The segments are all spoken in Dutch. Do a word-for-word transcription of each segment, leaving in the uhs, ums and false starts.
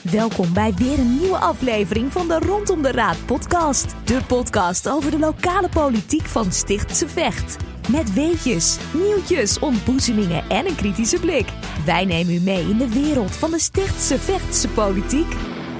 Welkom bij weer een nieuwe aflevering van de Rondom de Raad podcast. De podcast over de lokale politiek van Stichtse Vecht. Met weetjes, nieuwtjes, ontboezemingen en een kritische blik. Wij nemen u mee in de wereld van de Stichtse Vechtse politiek.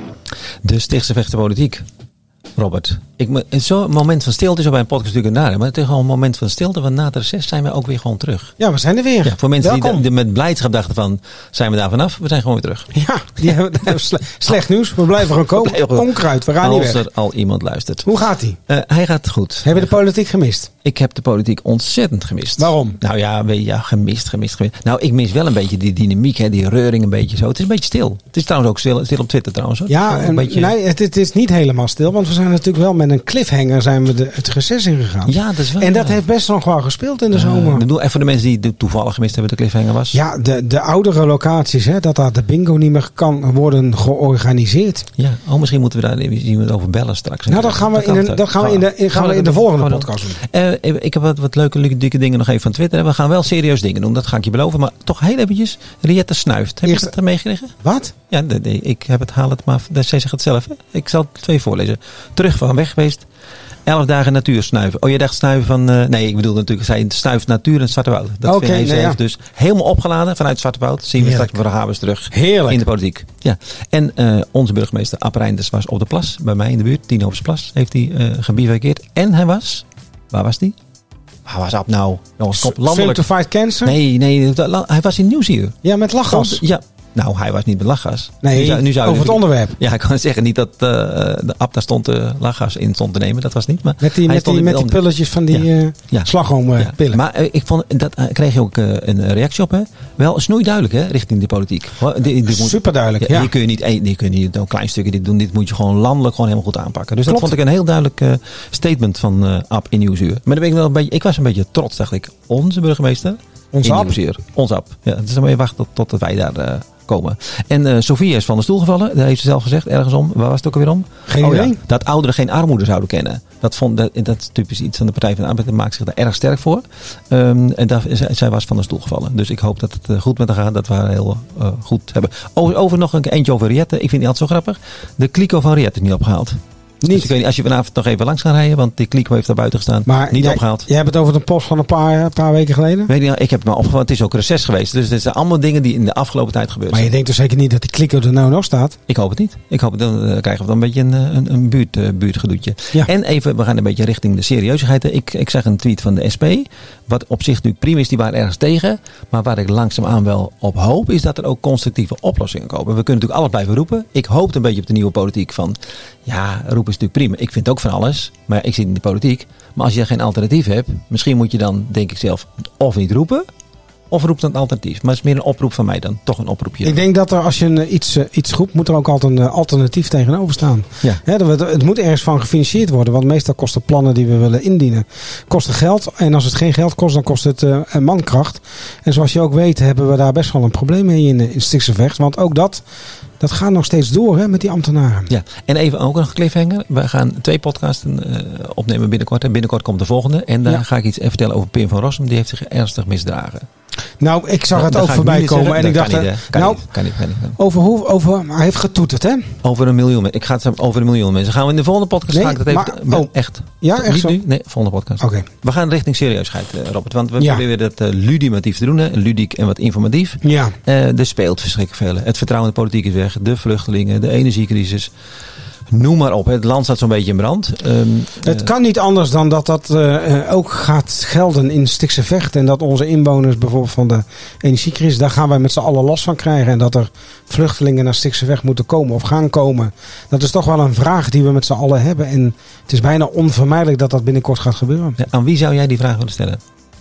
De Stichtse Vechtse politiek. Robert, ik, zo'n moment van stilte is op bij een podcast natuurlijk een nare, maar het is gewoon een moment van stilte, want na het reces zijn we ook weer gewoon terug. Ja, we zijn er weer. Ja, voor mensen Welkom. die, die met blijdschap dachten van, zijn we daar vanaf? We zijn gewoon weer terug. Ja, die hebben, die hebben sle- slecht nieuws. We blijven gewoon komen. blijven gewoon. Onkruid, we gaan niet Als weg. er al iemand luistert. Hoe gaat hij? Uh, hij gaat goed. Hebben we de politiek gemist? Ik heb de politiek ontzettend gemist. Waarom? Nou ja, weet je, ja gemist, gemist, gemist. Nou, ik mis wel een beetje die dynamiek, hè, die reuring een beetje zo. Het is een beetje stil. Het is trouwens ook stil, stil op Twitter trouwens. Hoor. Ja, een en, beetje... nee, het, het is niet helemaal stil, want we zijn natuurlijk wel met een cliffhanger zijn we de, het reces ingegaan. Ja, dat is wel. En dat heeft best nog wel gespeeld in de Uh, zomer. ik bedoel, even voor de mensen die het toevallig gemist hebben, de cliffhanger was. Ja, de, de oudere locaties, hè, dat daar de bingo niet meer kan worden georganiseerd. Ja, oh, misschien moeten we daar even over bellen straks. Nou, dat gaan we in, een, dat gaan we in de, in, gaan we in de volgende podcast doen. Uh, ik heb wat, wat leuke, leuke dingen nog even van Twitter. We gaan wel serieus dingen doen, dat ga ik je beloven. Maar toch heel eventjes, Riette snuift. Heb Eerst, je dat meegekregen? Wat? Ja, de, de, ik heb het, haal het maar. Zij zegt het zelf. Hè? Ik zal het twee voorlezen. Terug van weg geweest. Elf dagen natuur snuiven. Oh, je dacht snuiven van... Uh, nee, ik bedoel natuurlijk, zij snuift natuur in het Zwarte Woud. Dat okay, vind hij nee, zelf ja. dus helemaal opgeladen vanuit het Zwarte Woud. Zien we straks voor de Habers terug. Heerlijk. In de politiek. Ja. En uh, onze burgemeester App Reinders was op de plas. Bij mij in de buurt. Tienhovensplas heeft hij uh, gebivakkeerd. En hij was... Waar was hij? Waar was App nou? Jongens, kop landelijk. Swim to fight cancer? Nee, nee. Hij was in Nieuwsuur. Ja, met lachgas. Ja. Nou, hij was niet met lachgas. Nee, nu zou, nu zou over het onderwerp. Ja, ik kan zeggen niet dat uh, de App daar stond uh, lachgas in stond te nemen. Dat was niet. Maar met die, met die, met die pilletjes van die ja. uh, ja. slagoompillen. Ja. Maar uh, ik vond, dat uh, kreeg je ook uh, een reactie op. Hè? Wel snoeiduidelijk hè, richting de politiek. Super duidelijk, ja. ja. Die kun je niet, die kun je niet een klein stukje dit doen. Dit moet je gewoon landelijk gewoon helemaal goed aanpakken. Dus Klopt. Dat vond ik een heel duidelijk uh, statement van uh, App in Nieuwsuur. Maar dan ben ik, wel een beetje, ik was een beetje trots, dacht ik. Onze burgemeester Ons in App? Nieuwsuur. Ons App. Ja, dus dan moet je wachten tot, tot wij daar... Uh, komen. En uh, Sofia is van de stoel gevallen. Dat heeft ze zelf gezegd. Ergens om. Waar was het ook alweer om? Geen oh, idee. Ja, dat ouderen geen armoede zouden kennen. Dat, vond, dat, dat is typisch iets van de Partij van de Arbeid. Dat maakt zich daar erg sterk voor. Um, en daar, zij, zij was van de stoel gevallen. Dus ik hoop dat het uh, goed met haar gaat. Dat we haar heel uh, goed hebben. Over, over nog een eentje over Riette. Ik vind die altijd zo grappig. De kliko van Riette is niet opgehaald. Niet. Dus ik weet niet, als je vanavond nog even langs gaat rijden, want die kliko heeft daar buiten gestaan. Maar niet jij, opgehaald. Jij hebt het over de post van een paar, een paar weken geleden? Weet je, ik heb het maar opgevallen. Het is ook reces geweest. Dus het zijn allemaal dingen die in de afgelopen tijd gebeurd zijn. Maar je denkt dus zeker niet dat die kliko er nou nog staat? Ik hoop het niet. Ik hoop het, dan uh, krijgen we dan een beetje een, een, een buurt, uh, buurtgedoetje. Ja. En even, we gaan een beetje richting de serieusheid. Ik, ik zag een tweet van de S P. Wat op zich natuurlijk prima is, die waren ergens tegen. Maar waar ik langzaamaan wel op hoop, is dat er ook constructieve oplossingen komen. We kunnen natuurlijk alles blijven roepen. Ik hoop een beetje op de nieuwe politiek van, ja, roepen is natuurlijk prima. Ik vind ook van alles, maar ik zit in de politiek. Maar als je geen alternatief hebt, misschien moet je dan, denk ik zelf, of niet roepen, of roept dan een alternatief. Maar het is meer een oproep van mij dan. Toch een oproepje. Ik denk dat er, als je een, iets, uh, iets roept, moet er ook altijd een alternatief tegenover staan. Ja. He, het, het moet ergens van gefinancierd worden. Want meestal kosten plannen die we willen indienen, kosten geld. En als het geen geld kost, dan kost het uh, mankracht. En zoals je ook weet, hebben we daar best wel een probleem mee in, in Stichtse Vecht. Want ook dat... Dat gaat nog steeds door hè, met die ambtenaren. Ja, en even ook nog een cliffhanger. We gaan twee podcasten uh, opnemen binnenkort. En binnenkort komt de volgende. En daar ja. ga ik iets vertellen over Pim van Rossum. Die heeft zich ernstig misdragen. Nou, ik zag nou, het ook voorbij komen. Zeggen. En ik dacht, kan niet, kan nou, niet, kan niet, kan niet, kan niet. Over hoe, over, hij heeft getoeterd hè? Over een miljoen mensen. Ik ga het over een miljoen mensen. Gaan we in de volgende podcast nee, ga ik dat even... Maar, oh. Echt? Ja, echt niet zo? Nu? Nee, volgende podcast. Oké. Okay. We gaan richting serieusheid, uh, Robert. Want we ja. proberen dat uh, ludimatief te doen. Hè? Ludiek en wat informatief. Ja. Uh, er speelt verschrikkelijk veel. Het vertrouwen in de politiek is weg. De vluchtelingen, de energiecrisis. Noem maar op. Het land staat zo'n beetje in brand. Um, het kan niet anders dan dat dat uh, ook gaat gelden in Stichtse Vecht. En dat onze inwoners bijvoorbeeld van de energiecrisis, daar gaan wij met z'n allen last van krijgen. En dat er vluchtelingen naar Stichtse Vecht moeten komen of gaan komen. Dat is toch wel een vraag die we met z'n allen hebben. En het is bijna onvermijdelijk dat dat binnenkort gaat gebeuren. Ja, aan wie zou jij die vraag willen stellen?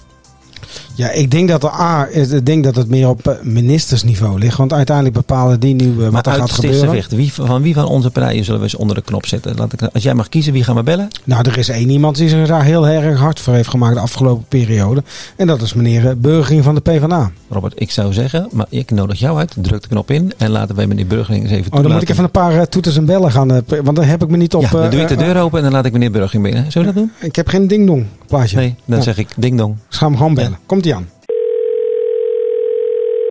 Ja, ik denk dat, er, A, ik denk dat het meer op ministersniveau ligt. Want uiteindelijk bepalen die nu uh, wat er gaat gebeuren. Vecht, wie, van wie van onze partijen zullen we eens onder de knop zetten? Laat ik, als jij mag kiezen, wie gaan we bellen? Nou, er is één iemand die zich daar heel erg hard voor heeft gemaakt de afgelopen periode. En dat is meneer Burgering van de PvdA. Robert, ik zou zeggen, maar ik nodig jou uit. Druk de knop in en laten wij meneer Burgering eens even toelaten. Oh, dan moet ik even een paar uh, toeters en bellen gaan. Uh, want dan heb ik me niet op... Ja, dan doe ik de deur uh, open en dan laat ik meneer Burgering binnen. Zullen we dat doen? Ik heb geen ding-dong plaatje. Nee, dan ja. zeg ik ding-dong. Dus ga hem gewoon bellen. Ja. Komt-ie aan.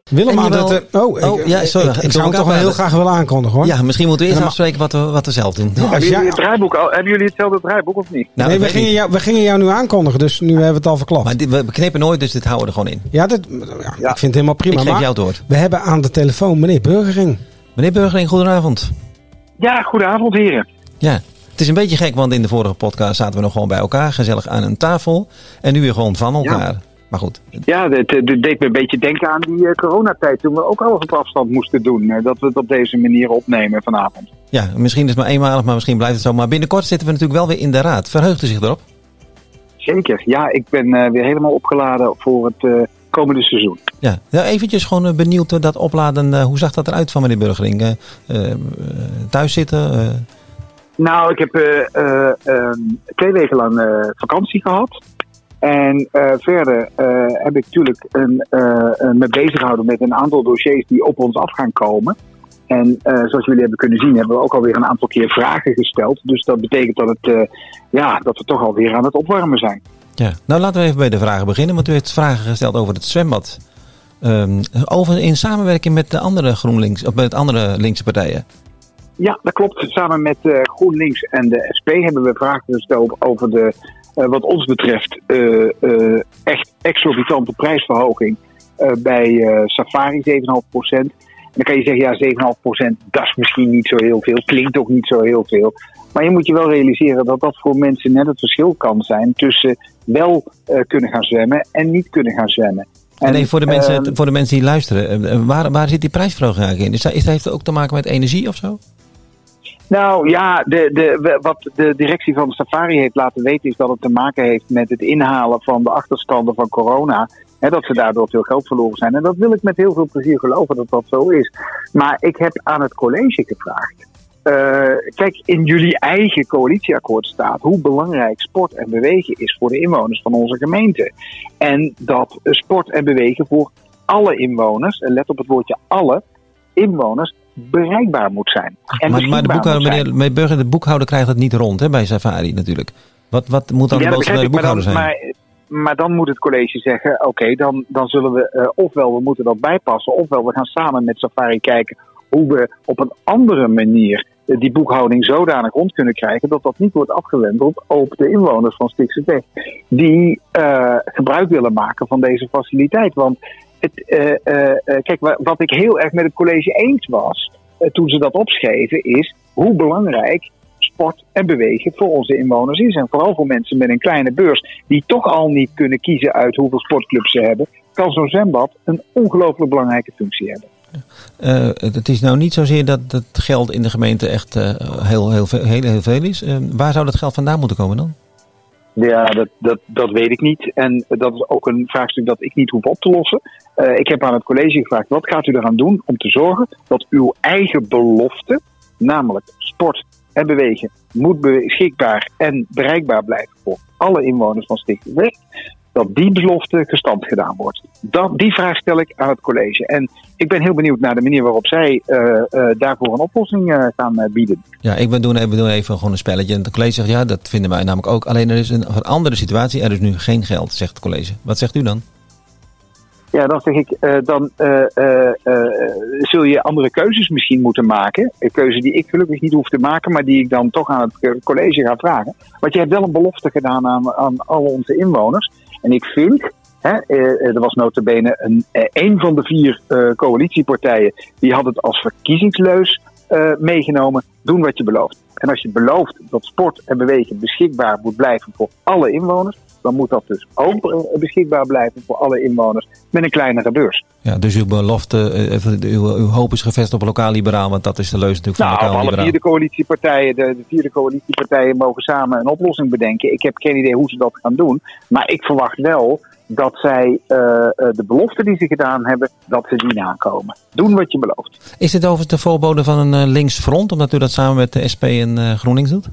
Willem aan het... Uh, oh, oh ik, ja, sorry. Ik, ik zou hem toch wel heel graag willen aankondigen, hoor. Ja, misschien moeten we eerst afspreken wat we, wat we zelf doen. Ja, hebben, jullie het draaiboek al, hebben jullie hetzelfde draaiboek of niet? Nou, nee, we gingen, jou, we gingen jou nu aankondigen, dus nu hebben we het al verklapt. Maar dit, we knippen nooit, dus dit houden we er gewoon in. Ja, dit, ja, ja. ik vind het helemaal prima. Ik geef maar jou het woord. We hebben aan de telefoon meneer Burgering. Meneer Burgering, goedenavond. Ja, goedenavond heren. Ja. Het is een beetje gek, want in de vorige podcast zaten we nog gewoon bij elkaar, gezellig aan een tafel. En nu weer gewoon van elkaar. Ja. Maar goed. Ja, dit, dit deed me een beetje denken aan die uh, coronatijd. Toen we ook alles op afstand moesten doen. Uh, dat we het op deze manier opnemen vanavond. Ja, misschien is het maar eenmalig, maar misschien blijft het zo. Maar binnenkort zitten we natuurlijk wel weer in de raad. Verheugt u zich erop? Zeker. Ja, ik ben uh, weer helemaal opgeladen voor het uh, komende seizoen. Ja, nou, eventjes gewoon uh, benieuwd uh, dat opladen. Uh, hoe zag dat eruit van meneer Burgering? Uh, uh, thuis zitten? Uh... Nou, ik heb uh, uh, uh, twee weken lang uh, vakantie gehad. En uh, verder uh, heb ik natuurlijk een, uh, me bezig gehouden met een aantal dossiers die op ons af gaan komen. En uh, zoals jullie hebben kunnen zien, hebben we ook alweer een aantal keer vragen gesteld. Dus dat betekent dat, het, uh, ja, dat we toch alweer aan het opwarmen zijn. Ja, nou laten we even bij de vragen beginnen. Want u heeft vragen gesteld over het zwembad. Um, over in samenwerking met de andere GroenLinks, of met andere linkse partijen. Ja, dat klopt. Samen met uh, GroenLinks en de S P hebben we vragen gesteld over de, uh, wat ons betreft, uh, uh, echt exorbitante prijsverhoging uh, bij uh, Safari, zeven komma vijf procent. En dan kan je zeggen, ja, zeven komma vijf procent, dat is misschien niet zo heel veel, klinkt ook niet zo heel veel. Maar je moet je wel realiseren dat dat voor mensen net het verschil kan zijn tussen wel uh, kunnen gaan zwemmen en niet kunnen gaan zwemmen. En, en even voor de, mensen, uh, voor de mensen die luisteren, waar, waar zit die prijsverhoging eigenlijk in? Is dat, is dat, heeft dat ook te maken met energie of zo? Nou ja, de, de, wat de directie van Safari heeft laten weten is dat het te maken heeft met het inhalen van de achterstanden van corona. Hè, dat ze daardoor veel geld verloren zijn. En dat wil ik met heel veel plezier geloven dat dat zo is. Maar ik heb aan het college gevraagd. Uh, kijk, in jullie eigen coalitieakkoord staat hoe belangrijk sport en bewegen is voor de inwoners van onze gemeente. En dat sport en bewegen voor alle inwoners, en let op het woordje alle inwoners, bereikbaar moet zijn. En maar maar de, boekhouder, meneer, meneer Burger, de boekhouder krijgt het niet rond, hè, bij Safari natuurlijk. Wat, wat moet dan ja, de boodschap bij de boekhouder zijn? Maar, maar dan moet het college zeggen, oké, okay, dan, dan zullen we uh, ofwel we moeten dat bijpassen, ofwel we gaan samen met Safari kijken hoe we op een andere manier uh, die boekhouding zodanig rond kunnen krijgen dat dat niet wordt afgewendeld op de inwoners van Stichtse Vecht die uh, gebruik willen maken van deze faciliteit. Want Het, uh, uh, kijk, wat ik heel erg met het college eens was, uh, toen ze dat opschreven, is hoe belangrijk sport en bewegen voor onze inwoners is. En vooral voor mensen met een kleine beurs, die toch al niet kunnen kiezen uit hoeveel sportclubs ze hebben, kan zo'n zwembad een ongelooflijk belangrijke functie hebben. Uh, het is nou niet zozeer dat het geld in de gemeente echt uh, heel, heel, veel, heel, heel veel is. Uh, waar zou dat geld vandaan moeten komen dan? Ja, dat, dat, dat weet ik niet. En dat is ook een vraagstuk dat ik niet hoef op te lossen. Uh, ik heb aan het college gevraagd, wat gaat u eraan doen om te zorgen dat uw eigen belofte, namelijk sport en bewegen, moet beschikbaar en bereikbaar blijven voor alle inwoners van Stichtse Vecht, dat die belofte gestand gedaan wordt. Dat, die vraag stel ik aan het college. En ik ben heel benieuwd naar de manier waarop zij uh, uh, daarvoor een oplossing uh, gaan uh, bieden. Ja, ik ben doen, we doen even gewoon een spelletje. En het college zegt, ja, dat vinden wij namelijk ook. Alleen er is een andere situatie. Er is nu geen geld, zegt het college. Wat zegt u dan? Ja, dan zeg ik, uh, dan uh, uh, uh, zul je andere keuzes misschien moeten maken. Een keuze die ik gelukkig niet hoef te maken, maar die ik dan toch aan het college ga vragen. Want je hebt wel een belofte gedaan aan, aan alle onze inwoners. En ik vind, hè, uh, er was nota bene een, uh, een van de vier uh, coalitiepartijen, die had het als verkiezingsleus uh, meegenomen. Doen wat je belooft. En als je belooft dat sport en bewegen beschikbaar moet blijven voor alle inwoners, dan moet dat dus ook beschikbaar blijven voor alle inwoners met een kleinere beurs. Ja, dus uw belofte, uw, uw hoop is gevestigd op lokaal-liberaal, want dat is de leus natuurlijk van nou, lokaal-liberaal. Alle vierde coalitiepartijen, de, de vierde coalitiepartijen mogen samen een oplossing bedenken. Ik heb geen idee hoe ze dat gaan doen, maar ik verwacht wel dat zij uh, de belofte die ze gedaan hebben, dat ze die nakomen. Doen wat je belooft. Is dit overigens de voorbode van een uh, linksfront, omdat u dat samen met de S P en uh, GroenLinks doet?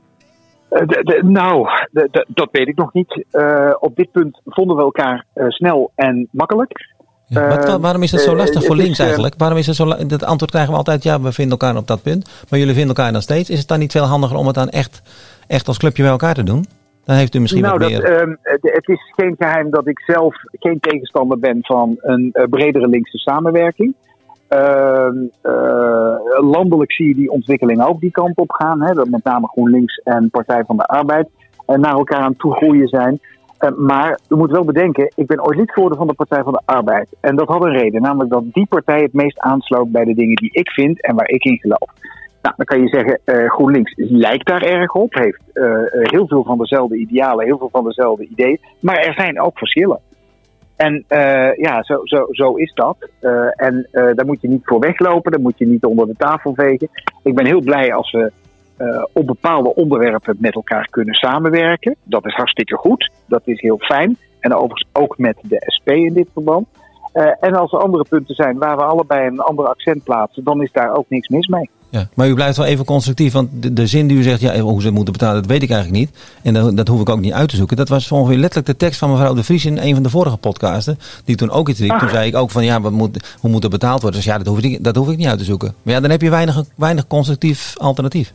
Uh, de, de, nou, de, de, dat weet ik nog niet. Uh, op dit punt vonden we elkaar uh, snel en makkelijk. Ja, wat, waarom is het zo lastig uh, voor links is, eigenlijk? Waarom is het zo? Het antwoord krijgen we altijd, ja, we vinden elkaar op dat punt. Maar jullie vinden elkaar dan steeds. Is het dan niet veel handiger om het dan echt, echt als clubje bij elkaar te doen? Dan heeft u misschien nou, wat dat, meer... Um, het, het is geen geheim dat ik zelf geen tegenstander ben van een uh, bredere linkse samenwerking. Uh, uh, landelijk zie je die ontwikkeling ook die kant op gaan. Hè, dat met name GroenLinks en Partij van de Arbeid uh, naar elkaar aan het toegroeien zijn. Uh, maar u moet wel bedenken, ik ben ooit lid geworden van de Partij van de Arbeid. En dat had een reden, namelijk dat die partij het meest aansloot bij de dingen die ik vind en waar ik in geloof. Nou, dan kan je zeggen, uh, GroenLinks lijkt daar erg op, heeft uh, uh, heel veel van dezelfde idealen, heel veel van dezelfde ideeën. Maar er zijn ook verschillen. En uh, ja, zo, zo, zo is dat. Uh, en uh, daar moet je niet voor weglopen, daar moet je niet onder de tafel vegen. Ik ben heel blij als we uh, op bepaalde onderwerpen met elkaar kunnen samenwerken. Dat is hartstikke goed, dat is heel fijn. En overigens ook met de S P in dit verband. Uh, en als er andere punten zijn waar we allebei een ander accent plaatsen, dan is daar ook niks mis mee. Ja, maar u blijft wel even constructief, want de, de zin die u zegt, ja, hoe ze moeten betalen, dat weet ik eigenlijk niet. En dat, dat hoef ik ook niet uit te zoeken. Dat was ongeveer letterlijk de tekst van mevrouw De Vries in een van de vorige podcasten, die toen ook iets riep. Toen zei ik ook van, ja, wat moet, hoe moet er betaald worden? Dus ja, dat hoef, ik, dat hoef ik niet uit te zoeken. Maar ja, dan heb je weinig, weinig constructief alternatief.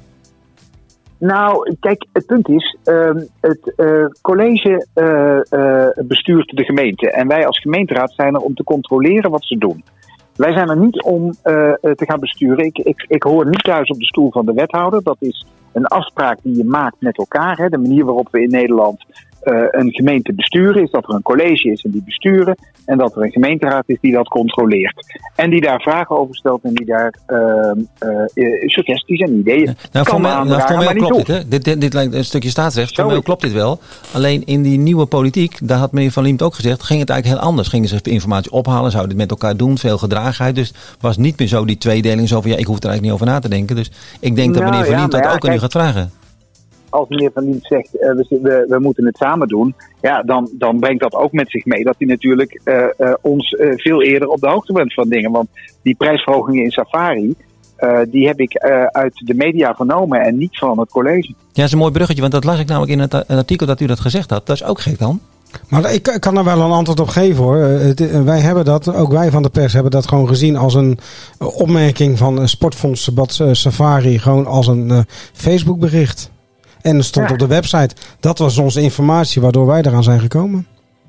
Nou, kijk, het punt is, uh, het uh, college uh, uh, bestuurt de gemeente. En wij als gemeenteraad zijn er om te controleren wat ze doen. Wij zijn er niet om uh, te gaan besturen. Ik, ik, ik hoor niet thuis op de stoel van de wethouder. Dat is een afspraak die je maakt met elkaar. Hè. De manier waarop we in Nederland uh, een gemeente besturen is dat er een college is en die besturen. En dat er een gemeenteraad is die dat controleert. En die daar vragen over stelt en die daar uh, uh, suggesties en ideeën ja, nou, kan formeel, nou, formeel maar klopt niet dit, hè? Dit, dit, dit lijkt een stukje staatsrecht. Zo Formeel klopt dit wel. Alleen in die nieuwe politiek, daar had meneer Van Liemt ook gezegd, ging het eigenlijk heel anders. Gingen ze informatie ophalen, zouden dit met elkaar doen, veel gedragenheid. Dus was niet meer zo die tweedeling, zo van ja, ik hoef er eigenlijk niet over na te denken. Dus ik denk nou, dat meneer Van Liemt ja, dat ja, ook kijk, aan u gaat vragen. Als meneer Van Liemt zegt, uh, we, we, we moeten het samen doen, ja, dan, dan brengt dat ook met zich mee dat hij natuurlijk uh, uh, ons uh, veel eerder op de hoogte bent van dingen. Want die prijsverhogingen in Safari, uh, die heb ik uh, uit de media vernomen en niet van het college. Ja, dat is een mooi bruggetje, want dat las ik namelijk in het artikel dat u dat gezegd had. Dat is ook gek dan. Maar ik kan er wel een antwoord op geven hoor. Het, wij hebben dat, ook wij van de pers hebben dat gewoon gezien als een opmerking van Sportfonds Safari, gewoon als een uh, Facebook bericht. En er stond ja. op de website. Dat was onze informatie waardoor wij eraan zijn gekomen.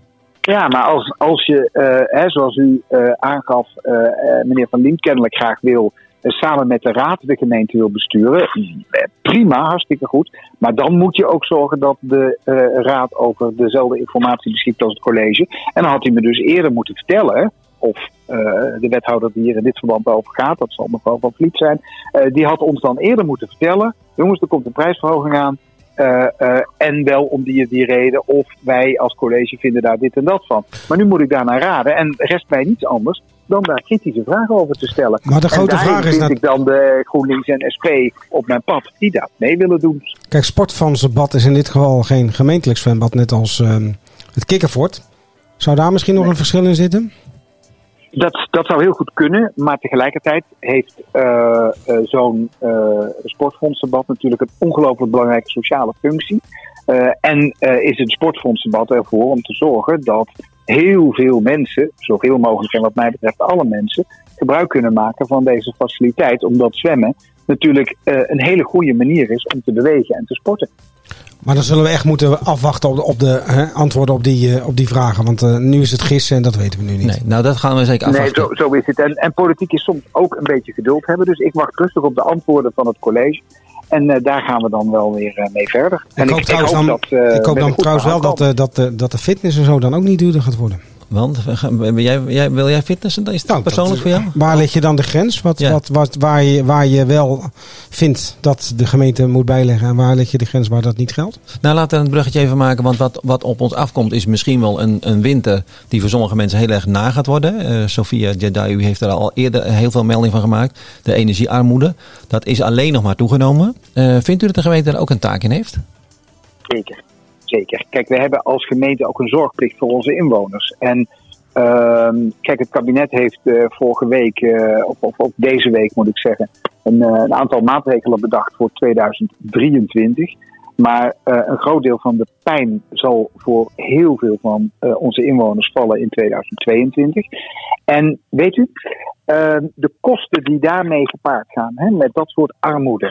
Ja, maar als, als je, uh, hè, zoals u uh, aangaf, uh, uh, meneer Van Liemt kennelijk graag wil, uh, samen met de raad de gemeente wil besturen. Prima, hartstikke goed. Maar dan moet je ook zorgen dat de uh, raad over dezelfde informatie beschikt als het college. En dan had hij me dus eerder moeten vertellen, of uh, de wethouder die hier in dit verband over gaat, dat zal mevrouw Van Vliet zijn, uh, die had ons dan eerder moeten vertellen, jongens, er komt een prijsverhoging aan. Uh, uh, en wel om die en die reden, of wij als college vinden daar dit en dat van. Maar nu moet ik daar naar raden en rest mij niets anders dan daar kritische vragen over te stellen. Maar de grote en vraag is vind dat... ik dan de GroenLinks en S P op mijn pad die dat mee willen doen. Kijk, Sportfondsbad is in dit geval geen gemeentelijk zwembad, net als uh, het Kikkervoort. Zou daar misschien nog nee. een verschil in zitten? Dat, dat zou heel goed kunnen, maar tegelijkertijd heeft uh, uh, zo'n uh, sportfondsdebat natuurlijk een ongelooflijk belangrijke sociale functie. Uh, en uh, is het sportfondsdebat ervoor om te zorgen dat heel veel mensen, zoveel mogelijk en wat mij betreft alle mensen, gebruik kunnen maken van deze faciliteit. Omdat zwemmen natuurlijk uh, een hele goede manier is om te bewegen en te sporten. Maar dan zullen we echt moeten afwachten op de, op de hè, antwoorden op die, uh, op die vragen. Want uh, nu is het gissen en dat weten we nu niet. Nee, nou dat gaan we zeker afwachten. Nee, zo, zo is het. En, en politiek is soms ook een beetje geduld hebben. Dus ik wacht rustig op de antwoorden van het college. En uh, daar gaan we dan wel weer uh, mee verder. Ik en hoop ik, trouwens ik hoop dan, dat, uh, ik hoop dan trouwens wel dat, uh, dat, uh, dat de fitness en zo dan ook niet duurder gaat worden. Want jij, jij, wil jij fitnessen? Is dat nou, persoonlijk dat, voor jou? Waar ligt je dan de grens? Wat, ja. wat, wat, waar, je, waar je wel vindt dat de gemeente moet bijleggen. En waar ligt je de grens waar dat niet geldt? Nou, laten we een bruggetje even maken. Want wat, wat op ons afkomt is misschien wel een, een winter die voor sommige mensen heel erg na gaat worden. Uh, Sophia Jedi, u heeft er al eerder heel veel melding van gemaakt. De energiearmoede. Dat is alleen nog maar toegenomen. Uh, vindt u dat de gemeente daar ook een taak in heeft? Zeker. Zeker. Kijk, we hebben als gemeente ook een zorgplicht voor onze inwoners. En uh, kijk, het kabinet heeft uh, vorige week, uh, of, of, of deze week moet ik zeggen, een, uh, een aantal maatregelen bedacht voor tweeduizend drieëntwintig. Maar uh, een groot deel van de pijn zal voor heel veel van uh, onze inwoners vallen in tweeduizend tweeëntwintig. En weet u, uh, de kosten die daarmee gepaard gaan, hè, met dat soort armoede.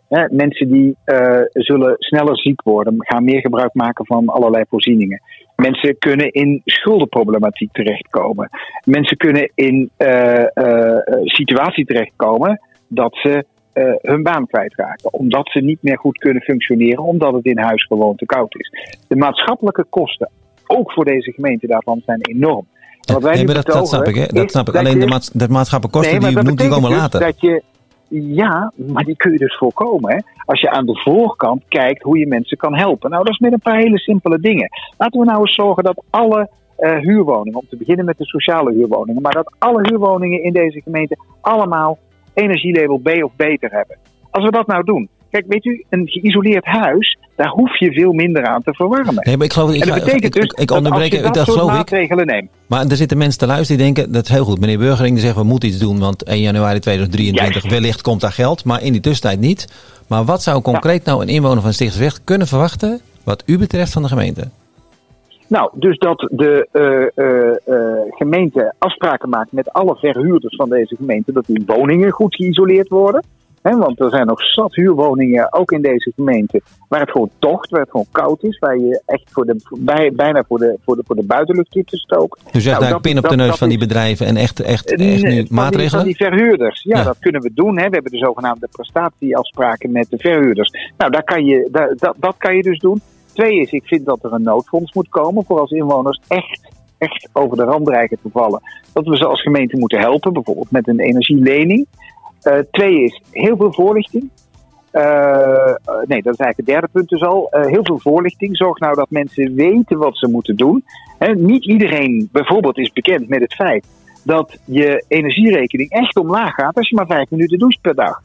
Hè, mensen die uh, zullen sneller ziek worden, gaan meer gebruik maken van allerlei voorzieningen. Mensen kunnen in schuldenproblematiek terechtkomen. Mensen kunnen in uh, uh, situatie terechtkomen dat ze uh, hun baan kwijtraken. Omdat ze niet meer goed kunnen functioneren, omdat het in huis gewoon te koud is. De maatschappelijke kosten, ook voor deze gemeente daarvan, zijn enorm. Ja, wat wij nee, nu dat, dat snap ik. Hè? Dat snap ik. Alleen je, de, maats, de maatschappelijke kosten nee, die noemt die komen dus later. Dat je, ja, maar die kun je dus voorkomen. Hè? Als je aan de voorkant kijkt hoe je mensen kan helpen. Nou, dat is met een paar hele simpele dingen. Laten we nou eens zorgen dat alle uh, huurwoningen, om te beginnen met de sociale huurwoningen, maar dat alle huurwoningen in deze gemeente allemaal energielabel B of beter hebben. Als we dat nou doen. Kijk, weet u, een geïsoleerd huis, daar hoef je veel minder aan te verwarmen. Nee, maar ik geloof, ik, en dat betekent ik, dus ik, ik dat als je dat, dat soort maatregelen ik. neemt. Maar er zitten mensen te luisteren die denken, dat is heel goed. Meneer Burgering die zegt, we moeten iets doen, want één januari tweeduizend drieëntwintig, ja. wellicht komt daar geld. Maar in die tussentijd niet. Maar wat zou concreet ja. nou een inwoner van Stichtse Vecht kunnen verwachten, wat u betreft van de gemeente? Nou, dus dat de uh, uh, uh, gemeente afspraken maakt met alle verhuurders van deze gemeente, dat die woningen goed geïsoleerd worden. He, want er zijn nog zat huurwoningen, ook in deze gemeente, waar het gewoon tocht, waar het gewoon koud is, waar je echt voor de, bij, bijna voor de, voor de, voor de buitenlucht zit te stoken. Dus echt nou, daar pin op de neus dat, van die bedrijven en echt, echt, echt nu van maatregelen? Die, van die verhuurders, ja, ja, dat kunnen we doen. Hè. We hebben de zogenaamde prestatieafspraken met de verhuurders. Nou, daar kan je, daar, dat, dat kan je dus doen. Twee is, ik vind dat er een noodfonds moet komen voor als inwoners echt, echt over de rand dreigen te vallen. Dat we ze als gemeente moeten helpen, bijvoorbeeld met een energielening. Uh, twee is heel veel voorlichting. Uh, nee, dat is eigenlijk het derde punt dus al. Uh, heel veel voorlichting. Zorg nou dat mensen weten wat ze moeten doen. He, niet iedereen bijvoorbeeld is bekend met het feit dat je energierekening echt omlaag gaat als je maar vijf minuten doucht per dag.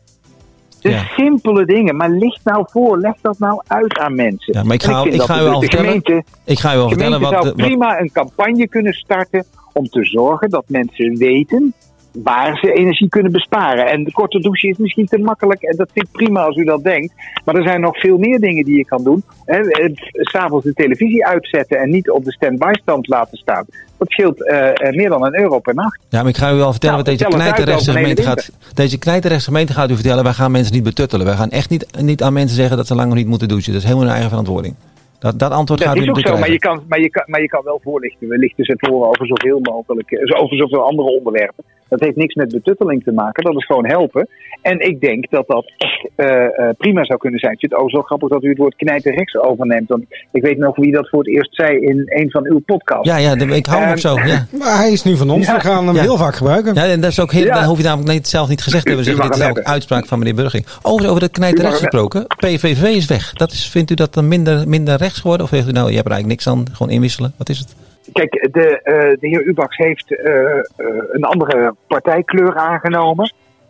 Dus ja. simpele dingen, maar licht nou voor, leg dat nou uit aan mensen. Ja, maar ik ga, ik ik ga u al vertellen. Gemeente, ik ga u al vertellen wat. De gemeente zou prima wat... een campagne kunnen starten om te zorgen dat mensen weten waar ze energie kunnen besparen. En de korte douche is misschien te makkelijk. En dat vind ik prima als u dat denkt. Maar er zijn nog veel meer dingen die je kan doen. S'avonds de televisie uitzetten en niet op de stand-by stand laten staan. Dat scheelt uh, meer dan een euro per nacht. Ja, maar ik ga u al vertellen nou, wat deze knijterrechtse gemeente gaat. Deze knijterrechtse gemeente gaat u vertellen. Wij gaan mensen niet betuttelen. Wij gaan echt niet, niet aan mensen zeggen dat ze langer niet moeten douchen. Dat is helemaal hun eigen verantwoording. Dat, dat antwoord dat gaat is u ook zo, maar je, kan, maar, je kan, maar je kan wel voorlichten. We lichten ze voor over zoveel mogelijk, over zoveel andere onderwerpen. Dat heeft niks met betutteling te maken. Dat is gewoon helpen. En ik denk dat dat echt uh, uh, prima zou kunnen zijn. Ik vind het ook zo grappig dat u het woord knijterrechts overneemt. Want ik weet nog wie dat voor het eerst zei in een van uw podcasts. Ja, ja, ik hou hem um, ook zo. Ja. Maar hij is nu van ons. Ja. We gaan hem ja. heel vaak gebruiken. Ja, en dat is ook heel, ja. Dan hoef je namelijk niet, zelf niet gezegd te hebben. Zeggen, dit is ook uitspraak van meneer Burgering. Overigens over de knijterrechts gesproken. P V V is weg. Dat is, vindt u dat dan minder, minder rechts geworden? Of heeft u nou, je hebt er eigenlijk niks aan, gewoon inwisselen? Wat is het? Kijk, de, uh, de heer Ubachs heeft uh, uh, een andere partijkleur aangenomen.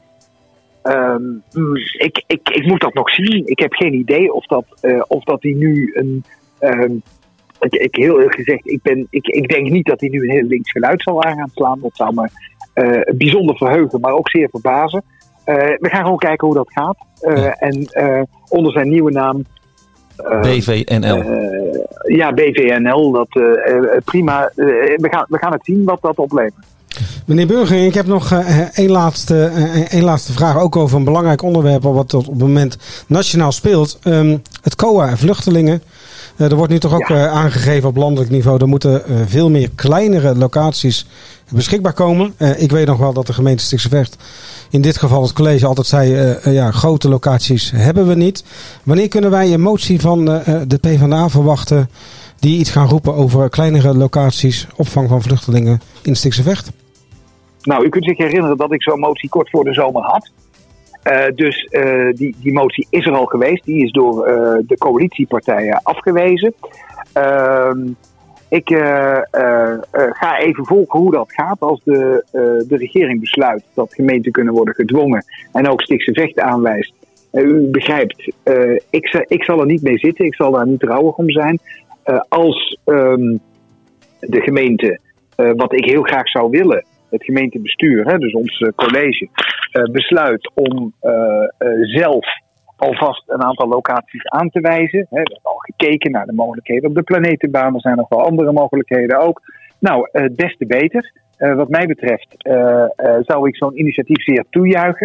Um, ik, ik, ik moet dat nog zien. Ik heb geen idee of dat, uh, of dat hij nu een... Um, ik, ik heel erg gezegd, ik, ben, ik, ik denk niet dat hij nu een heel links geluid zal aan gaan slaan. Dat zou me uh, bijzonder verheugen, maar ook zeer verbazen. Uh, we gaan gewoon kijken hoe dat gaat. Uh, ja. En uh, onder zijn nieuwe naam... Uh, B V N L. Uh, ja, B V N L. Dat, uh, uh, prima. Uh, we, gaan, we gaan het zien wat dat oplevert. Meneer Burgering, ik heb nog uh, één, laatste, uh, één laatste vraag. Ook over een belangrijk onderwerp wat op het moment nationaal speelt. Um, het C O A en vluchtelingen. Uh, er wordt nu toch ook ja. uh, aangegeven op landelijk niveau. Er moeten uh, veel meer kleinere locaties beschikbaar komen. Uh, ik weet nog wel dat de gemeente Stichtse Vecht, in dit geval het college, altijd zei... Uh, uh, ja, grote locaties hebben we niet. Wanneer kunnen wij een motie van uh, de PvdA verwachten die iets gaan roepen over kleinere locaties, opvang van vluchtelingen in Stichtse Vecht? Nou, u kunt zich herinneren dat ik zo'n motie kort voor de zomer had. Uh, dus uh, die, die motie is er al geweest. Die is door uh, de coalitiepartijen afgewezen. Uh, ik uh, uh, uh, ga even volgen hoe dat gaat als de, uh, de regering besluit dat gemeenten kunnen worden gedwongen en ook Stichtse Vecht aanwijst. Uh, u begrijpt, uh, ik, ik zal er niet mee zitten. Ik zal daar niet rouwig om zijn. Uh, als um, de gemeente, uh, wat ik heel graag zou willen, het gemeentebestuur, hè, dus ons uh, college, uh, besluit om uh, uh, zelf alvast een aantal locaties aan te wijzen. Hè. We hebben al gekeken naar de mogelijkheden op de planetenbaan. Er zijn nog wel andere mogelijkheden ook. Nou, uh, des te beter. Uh, wat mij betreft uh, uh, zou ik zo'n initiatief zeer toejuichen.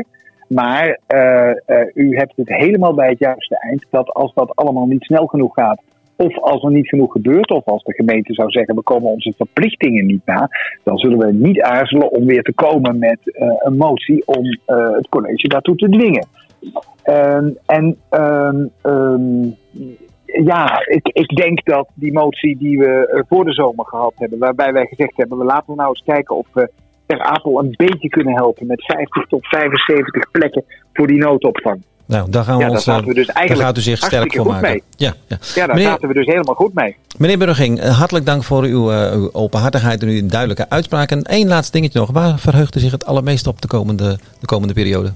Maar uh, uh, u hebt het helemaal bij het juiste eind. Dat als dat allemaal niet snel genoeg gaat. Of als er niet genoeg gebeurt. Of als de gemeente zou zeggen we komen onze verplichtingen niet na. Dan zullen we niet aarzelen om weer te komen met uh, een motie. Om uh, het college daartoe te dwingen. Um, en um, um, ja, ik, ik denk dat die motie die we uh, voor de zomer gehad hebben. Waarbij wij gezegd hebben we laten we nou eens kijken of we Ter Apel een beetje kunnen helpen met vijftig tot vijfenzeventig plekken voor die noodopvang. Nou, daar gaan we ja, ons, daar we dus daar gaat u zich sterk voor maken. Mee. Ja, ja. ja, daar meneer, zaten we dus helemaal goed mee. Meneer Burging, hartelijk dank voor uw, uh, uw openhartigheid en uw duidelijke uitspraken. Eén laatste dingetje nog. Waar verheugt u zich het allermeest op de komende, de komende periode?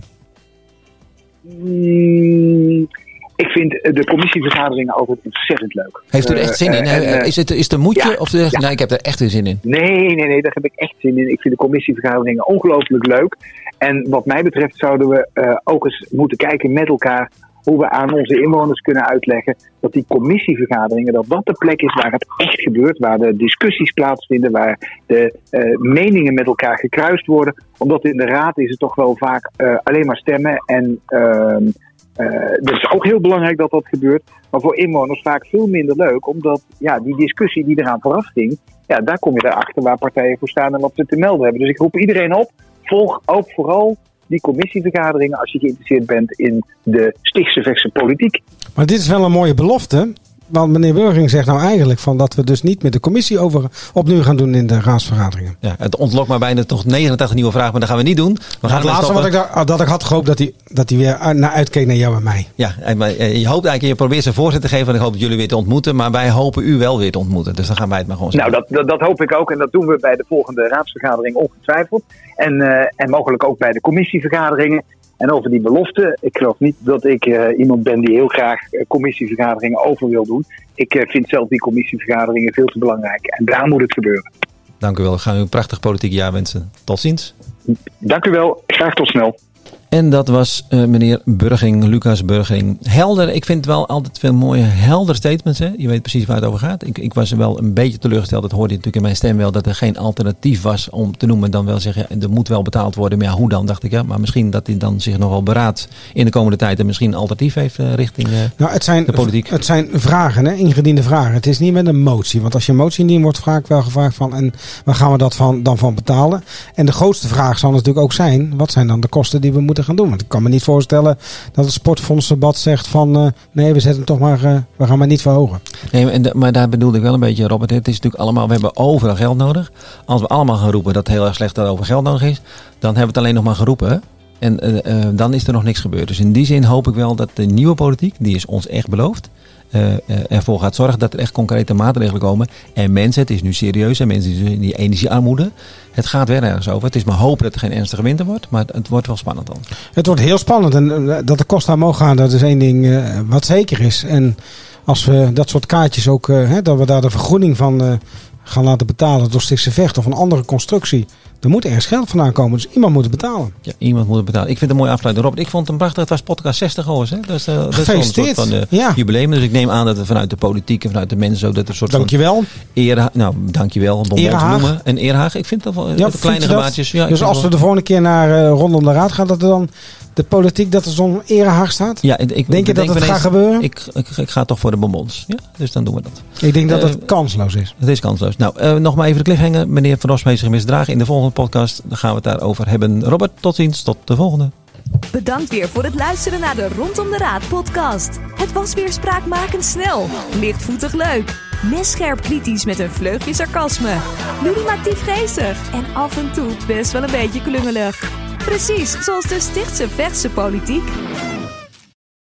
Mm, ik vind de commissievergaderingen altijd ontzettend leuk. Heeft u er echt zin in? Uh, uh, is het is het een moedje? Ja, of de, ja. Nee, ik heb er echt zin in. Nee, nee, nee, daar heb ik echt zin in. Ik vind de commissievergaderingen ongelooflijk leuk. En wat mij betreft zouden we uh, ook eens moeten kijken met elkaar hoe we aan onze inwoners kunnen uitleggen dat die commissievergaderingen, dat dat de plek is waar het echt gebeurt, waar de discussies plaatsvinden, waar de uh, meningen met elkaar gekruist worden. Omdat in de raad is het toch wel vaak uh, alleen maar stemmen en uh, uh, dat is ook heel belangrijk dat dat gebeurt. Maar voor inwoners vaak veel minder leuk, omdat ja, die discussie die eraan vooraf ging, ja, daar kom je erachter waar partijen voor staan en wat ze te melden hebben. Dus ik roep iedereen op, volg ook vooral die commissievergaderingen als je geïnteresseerd bent in de Stichtse Vechtse politiek. Maar dit is wel een mooie belofte. Want meneer Burging zegt nou eigenlijk van dat we dus niet met de commissie over opnieuw gaan doen in de raadsvergaderingen. Ja, het ontlokt maar bijna toch negenentachtig nieuwe vragen, maar dat gaan we niet doen. We gaan het laatste wat ik, daar, dat ik had gehoopt dat hij, dat hij weer naar uitkeek naar jou en mij. Ja, maar je hoopt eigenlijk, je probeert ze voorzet te geven en ik hoop dat jullie weer te ontmoeten. Maar wij hopen u wel weer te ontmoeten. Dus dan gaan wij het maar gewoon zeggen. Nou, dat, dat, dat hoop ik ook en dat doen we bij de volgende raadsvergadering ongetwijfeld. En, uh, en mogelijk ook bij de commissievergaderingen. En over die belofte, ik geloof niet dat ik uh, iemand ben die heel graag uh, commissievergaderingen over wil doen. Ik uh, vind zelf die commissievergaderingen veel te belangrijk. En daar moet het gebeuren. Dank u wel. Ik ga u een prachtig politiek jaar wensen. Tot ziens. Dank u wel. Graag tot snel. En dat was uh, meneer Burging, Lucas Burging. Helder, ik vind wel altijd veel mooie helder statements. Hè? Je weet precies waar het over gaat. Ik, ik was wel een beetje teleurgesteld, dat hoorde je natuurlijk in mijn stem wel, dat er geen alternatief was om te noemen. Dan wel zeggen, ja, er moet wel betaald worden. Maar ja, hoe dan, dacht ik. Ja. Maar misschien dat hij dan zich nog wel beraadt in de komende tijd en misschien een alternatief heeft uh, richting uh, nou, het zijn, de politiek. Het zijn vragen, hè? Ingediende vragen. Het is niet met een motie. Want als je een motie indient, wordt vaak wel gevraagd van, en waar gaan we dat van, dan van betalen? En de grootste vraag zal natuurlijk ook zijn, wat zijn dan de kosten die we moeten gaan doen? Want ik kan me niet voorstellen dat het sportfondsdebat zegt van uh, nee, we zetten toch maar, uh, we gaan maar niet verhogen. Nee, en de, maar daar bedoelde ik wel een beetje, Robert. Het is natuurlijk allemaal, we hebben overal geld nodig. Als we allemaal gaan roepen dat het heel erg slecht dat er over geld nodig is, dan hebben we het alleen nog maar geroepen. Hè? En uh, uh, dan is er nog niks gebeurd. Dus in die zin hoop ik wel dat de nieuwe politiek, die is ons echt beloofd, Uh, uh, ervoor gaat zorgen dat er echt concrete maatregelen komen. En mensen, het is nu serieus, en mensen die, die energiearmoede, het gaat weer ergens over. Het is maar hopen dat er geen ernstige winter wordt, maar het, het wordt wel spannend dan. Het wordt heel spannend en uh, dat de kosten omhoog gaan, dat is één ding uh, wat zeker is. En als we dat soort kaartjes ook, uh, hè, dat we daar de vergroening van uh, gaan laten betalen door Stichtse Vecht of een andere constructie, er moet ergens geld vandaan komen, dus iemand moet het betalen. Ja, iemand moet het betalen. Ik vind het een mooie afsluiting, Robert. Ik vond het een prachtig, het was podcast zestig hoors. Hè? Dat is, uh, dat is een soort van uh, ja. jubileum. Dus ik neem aan dat er vanuit de politiek en vanuit de mensen ook dat er een soort dankjewel. van eer, nou, dankjewel. Bonbons noemen. En Erehaag. Ik vind dat wel ja, kleine gebaartjes. Ja, dus als we de volgende keer naar uh, rondom de raad gaan, dat er dan de politiek dat er zo'n Erehaag staat? Ja, ik, ik, denk je dat het gaat gebeuren? Ik, ik, ik ga toch voor de bonbons. Ja, dus dan doen we dat. Ik denk dat het uh, kansloos is. Het is kansloos. Nou, uh, nog maar even de cliffhanger. Meneer Van Rossum heeft zich misdragen in de volgende podcast. Dan gaan we het daarover hebben. Robert, tot ziens. Tot de volgende. Bedankt weer voor het luisteren naar de Rondom de Raad podcast. Het was weer spraakmakend snel, lichtvoetig leuk, messcherp kritisch met een vleugje sarcasme, ludimatief geestig en af en toe best wel een beetje klungelig. Precies zoals de Stichtse Vechtse politiek.